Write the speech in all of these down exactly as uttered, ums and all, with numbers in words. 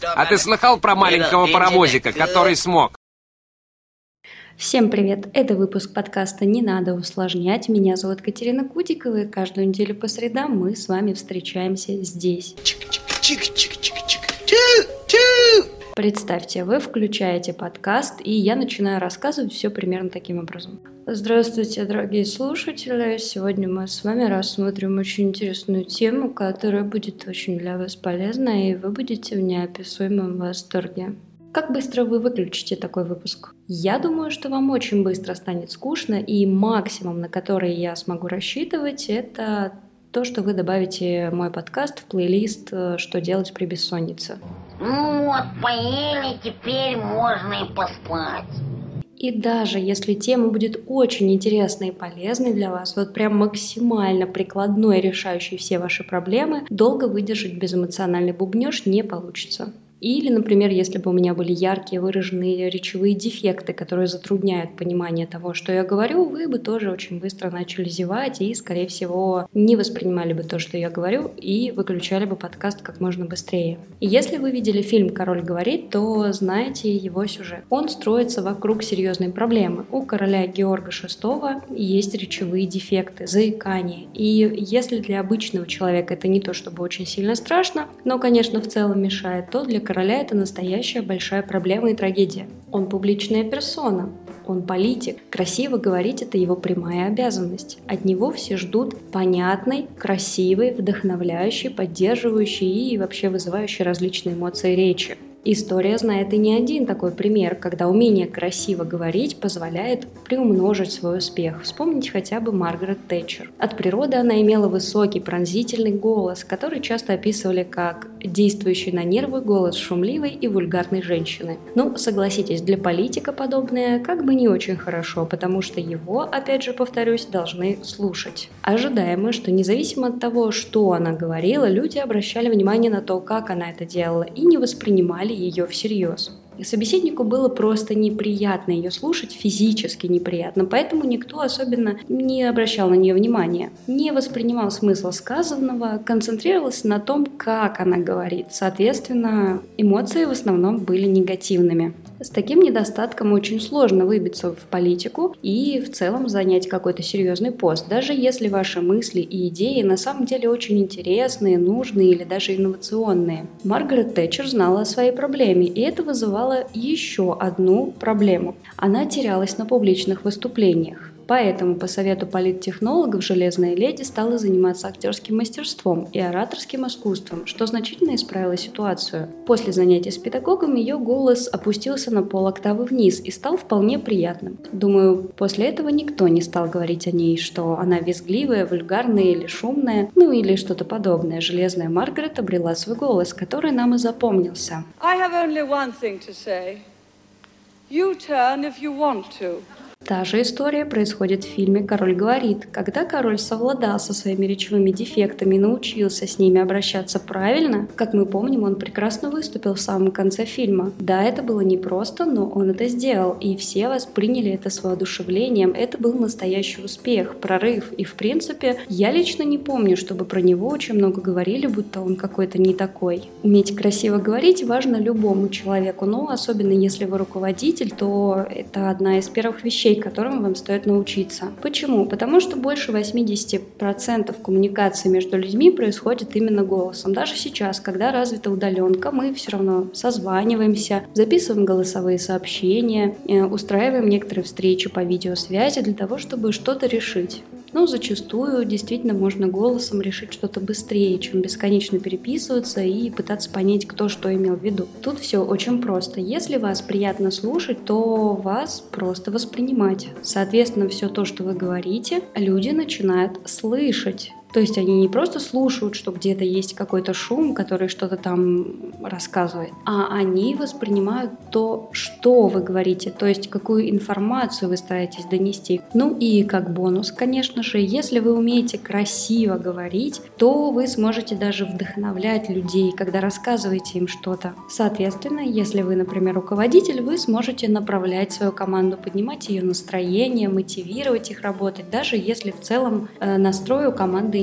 А ты слыхал про маленького паровозика, который смог? Всем привет! Это выпуск подкаста «Не надо усложнять». Меня зовут Катерина Кудикова, и каждую неделю по средам мы с вами встречаемся здесь. Представьте, вы включаете подкаст, и я начинаю рассказывать все примерно таким образом. Здравствуйте, дорогие слушатели! Сегодня мы с вами рассмотрим очень интересную тему, которая будет очень для вас полезна, и вы будете в неописуемом восторге. Как быстро вы выключите такой выпуск? Я думаю, что вам очень быстро станет скучно, и максимум, на который я смогу рассчитывать, это то, что вы добавите мой подкаст в плейлист «Что делать при бессоннице». Ну вот, поели, теперь можно и поспать. И даже если тема будет очень интересной и полезной для вас, вот прям максимально прикладной, решающей все ваши проблемы, долго выдержать безэмоциональный бубнёж не получится. Или, например, если бы у меня были яркие выраженные речевые дефекты, которые затрудняют понимание того, что я говорю, вы бы тоже очень быстро начали зевать и, скорее всего, не воспринимали бы то, что я говорю, и выключали бы подкаст как можно быстрее. И если вы видели фильм «Король говорит», то знаете его сюжет. Он строится вокруг серьезной проблемы. У короля Георга шестого есть речевые дефекты, заикание. И если для обычного человека это не то чтобы очень сильно страшно, но, конечно, в целом мешает, то для короля Короля это настоящая большая проблема и трагедия. Он публичная персона, он политик. Красиво говорить – это его прямая обязанность. От него все ждут понятной, красивой, вдохновляющей, поддерживающей и вообще вызывающей различные эмоции речи. История знает и не один такой пример, когда умение красиво говорить позволяет приумножить свой успех. Вспомните хотя бы Маргарет Тэтчер. От природы она имела высокий пронзительный голос, который часто описывали как действующий на нервы голос шумливой и вульгарной женщины. Ну, согласитесь, для политика подобное как бы не очень хорошо, потому что его, опять же повторюсь, должны слушать. Ожидаемо, что независимо от того, что она говорила, люди обращали внимание на то, как она это делала, и не воспринимали ее всерьез. И собеседнику было просто неприятно ее слушать, физически неприятно, поэтому никто особенно не обращал на нее внимания, не воспринимал смысл сказанного, концентрировался на том, как она говорит. Соответственно, эмоции в основном были негативными. С таким недостатком очень сложно выбиться в политику и в целом занять какой-то серьезный пост, даже если ваши мысли и идеи на самом деле очень интересные, нужные или даже инновационные. Маргарет Тэтчер знала о своей проблеме, и это вызывало еще одну проблему. Она терялась на публичных выступлениях. Поэтому по совету политтехнологов «Железная леди» стала заниматься актерским мастерством и ораторским искусством, что значительно исправило ситуацию. После занятий с педагогом ее голос опустился на полоктавы вниз и стал вполне приятным. Думаю, после этого никто не стал говорить о ней, что она визгливая, вульгарная или шумная, ну или что-то подобное. Железная Маргарет обрела свой голос, который нам и запомнился. I have only one thing to say. You turn if you want to. Та же история происходит в фильме «Король говорит». Когда король совладал со своими речевыми дефектами и научился с ними обращаться правильно, как мы помним, он прекрасно выступил в самом конце фильма. Да, это было непросто, но он это сделал, и все восприняли это с воодушевлением. Это был настоящий успех, прорыв, и в принципе, я лично не помню, чтобы про него очень много говорили, будто он какой-то не такой. Уметь красиво говорить важно любому человеку, но особенно если вы руководитель, то это одна из первых вещей, которым вам стоит научиться. Почему? Потому что больше восемьдесят процентов коммуникации между людьми происходит именно голосом. Даже сейчас, когда развита удаленка, мы все равно созваниваемся, записываем голосовые сообщения, устраиваем некоторые встречи по видеосвязи для того, чтобы что-то решить. Но зачастую действительно можно голосом решить что-то быстрее, чем бесконечно переписываться и пытаться понять, кто что имел в виду. Тут все очень просто. Если вас приятно слушать, то вас просто воспринимать. Соответственно, все то, что вы говорите, люди начинают слышать. То есть они не просто слушают, что где-то есть какой-то шум, который что-то там рассказывает, а они воспринимают то, что вы говорите, то есть какую информацию вы стараетесь донести. Ну и как бонус, конечно же, если вы умеете красиво говорить, то вы сможете даже вдохновлять людей, когда рассказываете им что-то. Соответственно, если вы, например, руководитель, вы сможете направлять свою команду, поднимать ее настроение, мотивировать их работать, даже если в целом э, настрой у команды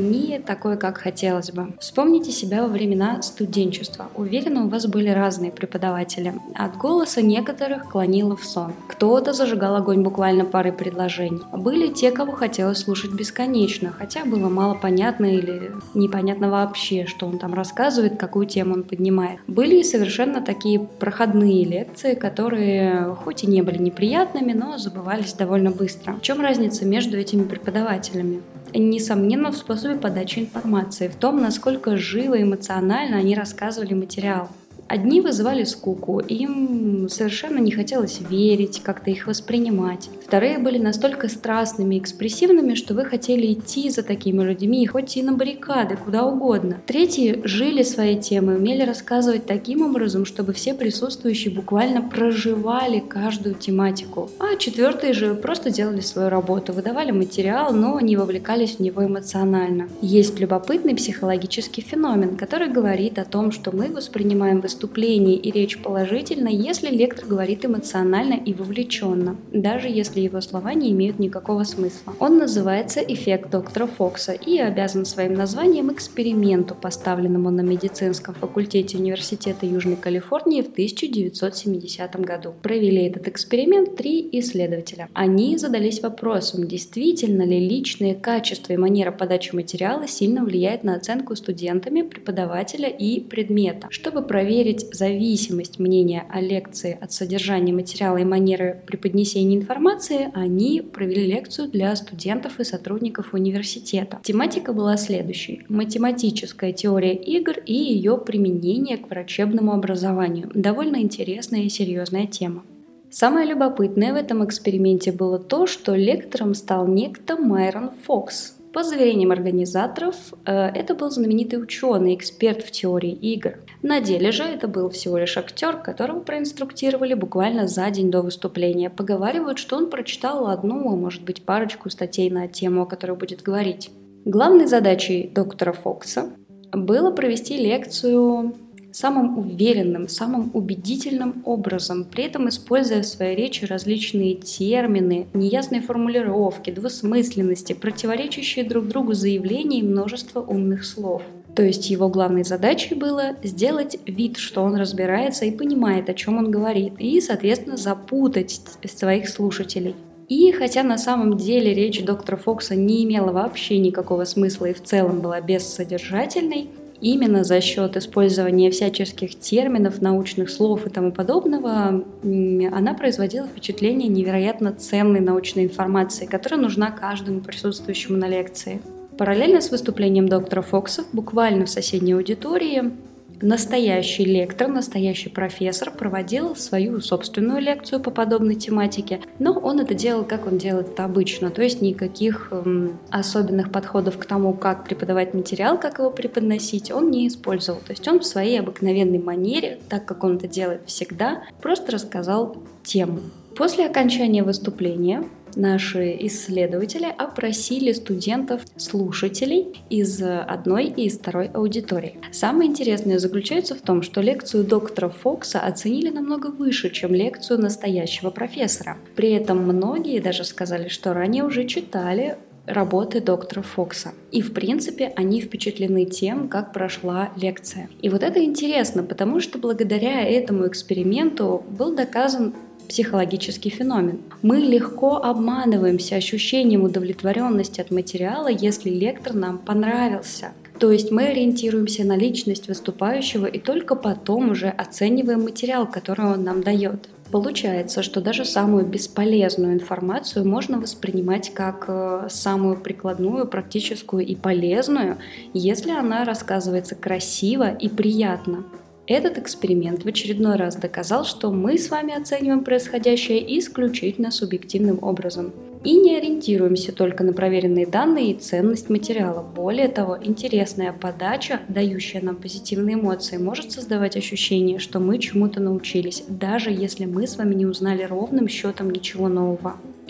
не такой, как хотелось бы. Вспомните себя во времена студенчества. Уверена, у вас были разные преподаватели. От голоса некоторых клонило в сон. Кто-то зажигал огонь буквально парой предложений. Были те, кого хотелось слушать бесконечно, хотя было мало понятно или непонятно вообще, что он там рассказывает, какую тему он поднимает. Были и совершенно такие проходные лекции, которые хоть и не были неприятными, но забывались довольно быстро. В чем разница между этими преподавателями? Несомненно, в способе подачи информации, в том, насколько живо и эмоционально они рассказывали материал. Одни вызывали скуку, им совершенно не хотелось верить, как-то их воспринимать. Вторые были настолько страстными и экспрессивными, что вы хотели идти за такими людьми, хоть и на баррикады, куда угодно. Третьи жили своей темой, умели рассказывать таким образом, чтобы все присутствующие буквально проживали каждую тематику. А четвертые же просто делали свою работу, выдавали материал, но не вовлекались в него эмоционально. Есть любопытный психологический феномен, который говорит о том, что мы воспринимаем выступление выступление и речь положительно, если лектор говорит эмоционально и вовлеченно, даже если его слова не имеют никакого смысла. Он называется эффект доктора Фокса и обязан своим названием эксперименту, поставленному на медицинском факультете Университета Южной Калифорнии в тысяча девятьсот семидесятом году. Провели этот эксперимент три исследователя. Они задались вопросом, действительно ли личные качества и манера подачи материала сильно влияет на оценку студентами, преподавателя и предмета. Чтобы проверить зависимость мнения о лекции от содержания материала и манеры преподнесения информации, они провели лекцию для студентов и сотрудников университета. Тематика была следующей: математическая теория игр и ее применение к врачебному образованию. Довольно интересная и серьезная тема. Самое любопытное в этом эксперименте было то, что лектором стал некто Майрон Фокс. По заверениям организаторов, это был знаменитый ученый, эксперт в теории игр. На деле же это был всего лишь актер, которого проинструктировали буквально за день до выступления. Поговаривают, что он прочитал одну, а может быть парочку статей на тему, о которой будет говорить. Главной задачей доктора Фокса было провести лекцию самым уверенным, самым убедительным образом, при этом используя в своей речи различные термины, неясные формулировки, двусмысленности, противоречащие друг другу заявления и множество умных слов. То есть его главной задачей было сделать вид, что он разбирается и понимает, о чем он говорит, и, соответственно, запутать своих слушателей. И хотя на самом деле речь доктора Фокса не имела вообще никакого смысла и в целом была бессодержательной, именно за счет использования всяческих терминов, научных слов и тому подобного, она производила впечатление невероятно ценной научной информации, которая нужна каждому присутствующему на лекции. Параллельно с выступлением доктора Фокса, буквально в соседней аудитории, настоящий лектор, настоящий профессор проводил свою собственную лекцию по подобной тематике, но он это делал, как он делает это обычно, то есть никаких эм, особенных подходов к тому, как преподавать материал, как его преподносить, он не использовал. То есть он в своей обыкновенной манере, так как он это делает всегда, просто рассказал тему. После окончания выступления наши исследователи опросили студентов-слушателей из одной и из второй аудитории. Самое интересное заключается в том, что лекцию доктора Фокса оценили намного выше, чем лекцию настоящего профессора. При этом многие даже сказали, что ранее уже читали работы доктора Фокса. И, в принципе, они впечатлены тем, как прошла лекция. И вот это интересно, потому что благодаря этому эксперименту был доказан психологический феномен. Мы легко обманываемся ощущением удовлетворенности от материала, если лектор нам понравился. То есть мы ориентируемся на личность выступающего и только потом уже оцениваем материал, который он нам дает. Получается, что даже самую бесполезную информацию можно воспринимать как самую прикладную, практическую и полезную, если она рассказывается красиво и приятно. Этот эксперимент в очередной раз доказал, что мы с вами оцениваем происходящее исключительно субъективным образом и не ориентируемся только на проверенные данные и ценность материала. Более того, интересная подача, дающая нам позитивные эмоции, может создавать ощущение, что мы чему-то научились, даже если мы с вами не узнали ровным счетом ничего нового.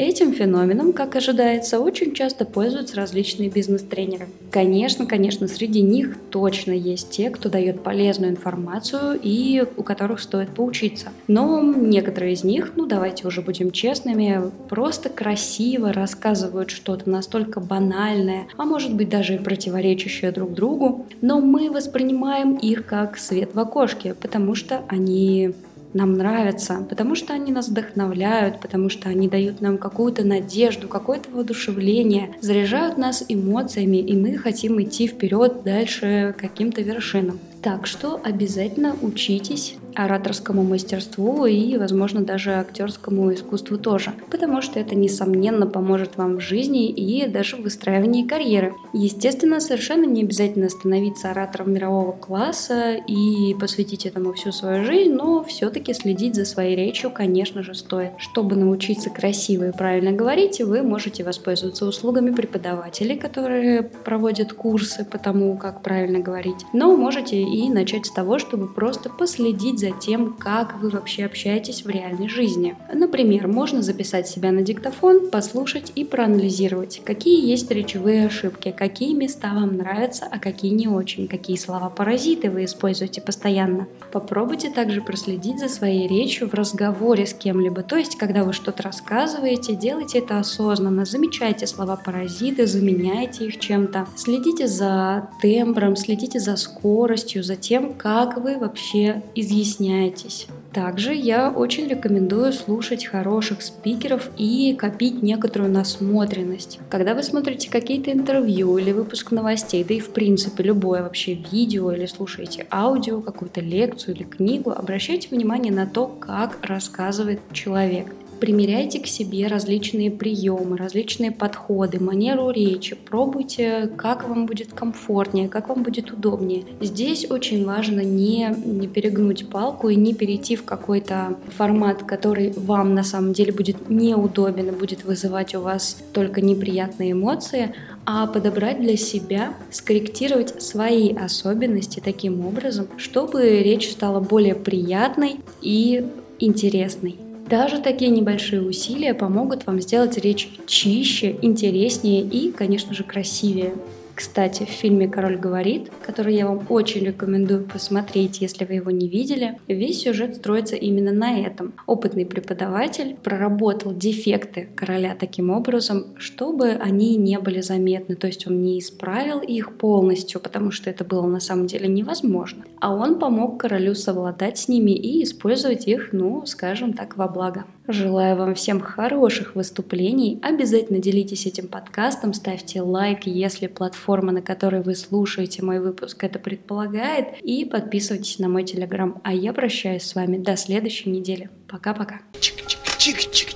Этим феноменом, как ожидается, очень часто пользуются различные бизнес-тренеры. Конечно, конечно, среди них точно есть те, кто дает полезную информацию и у которых стоит поучиться. Но некоторые из них, ну давайте уже будем честными, просто красиво рассказывают что-то настолько банальное, а может быть даже и противоречащее друг другу, но мы воспринимаем их как свет в окошке, потому что они нам нравятся, потому что они нас вдохновляют, потому что они дают нам какую-то надежду, какое-то воодушевление, заряжают нас эмоциями, и мы хотим идти вперед дальше к каким-то вершинам. Так что обязательно учитесь ораторскому мастерству и, возможно, даже актерскому искусству тоже, потому что это, несомненно, поможет вам в жизни и даже в выстраивании карьеры. Естественно, совершенно не обязательно становиться оратором мирового класса и посвятить этому всю свою жизнь, но все-таки следить за своей речью, конечно же, стоит. Чтобы научиться красиво и правильно говорить, вы можете воспользоваться услугами преподавателей, которые проводят курсы по тому, как правильно говорить, но можете и начать с того, чтобы просто последить за тем, как вы вообще общаетесь в реальной жизни. Например, можно записать себя на диктофон, послушать и проанализировать, какие есть речевые ошибки, какие места вам нравятся, а какие не очень, какие слова-паразиты вы используете постоянно. Попробуйте также проследить за своей речью в разговоре с кем-либо, то есть, когда вы что-то рассказываете, делайте это осознанно, замечайте слова-паразиты, заменяйте их чем-то, следите за тембром, следите за скоростью, за тем, как вы вообще изъясняетесь. Также я очень рекомендую слушать хороших спикеров и копить некоторую насмотренность. Когда вы смотрите какие-то интервью или выпуск новостей, да и в принципе любое вообще видео или слушаете аудио, какую-то лекцию или книгу, обращайте внимание на то, как рассказывает человек. Примеряйте к себе различные приемы, различные подходы, манеру речи. Пробуйте, как вам будет комфортнее, как вам будет удобнее. Здесь очень важно не, не перегнуть палку и не перейти в какой-то формат, который вам на самом деле будет неудобен и будет вызывать у вас только неприятные эмоции, а подобрать для себя, скорректировать свои особенности таким образом, чтобы речь стала более приятной и интересной. Даже такие небольшие усилия помогут вам сделать речь чище, интереснее и, конечно же, красивее. Кстати, в фильме «Король говорит», который я вам очень рекомендую посмотреть, если вы его не видели, весь сюжет строится именно на этом. Опытный преподаватель проработал дефекты короля таким образом, чтобы они не были заметны, то есть он не исправил их полностью, потому что это было на самом деле невозможно, а он помог королю совладать с ними и использовать их, ну, скажем так, во благо. Желаю вам всем хороших выступлений. Обязательно делитесь этим подкастом, ставьте лайк, если платформа, на которой вы слушаете мой выпуск, это предполагает, и подписывайтесь на мой телеграм. А я прощаюсь с вами до следующей недели. Пока-пока. Чик-чик-чик-чик.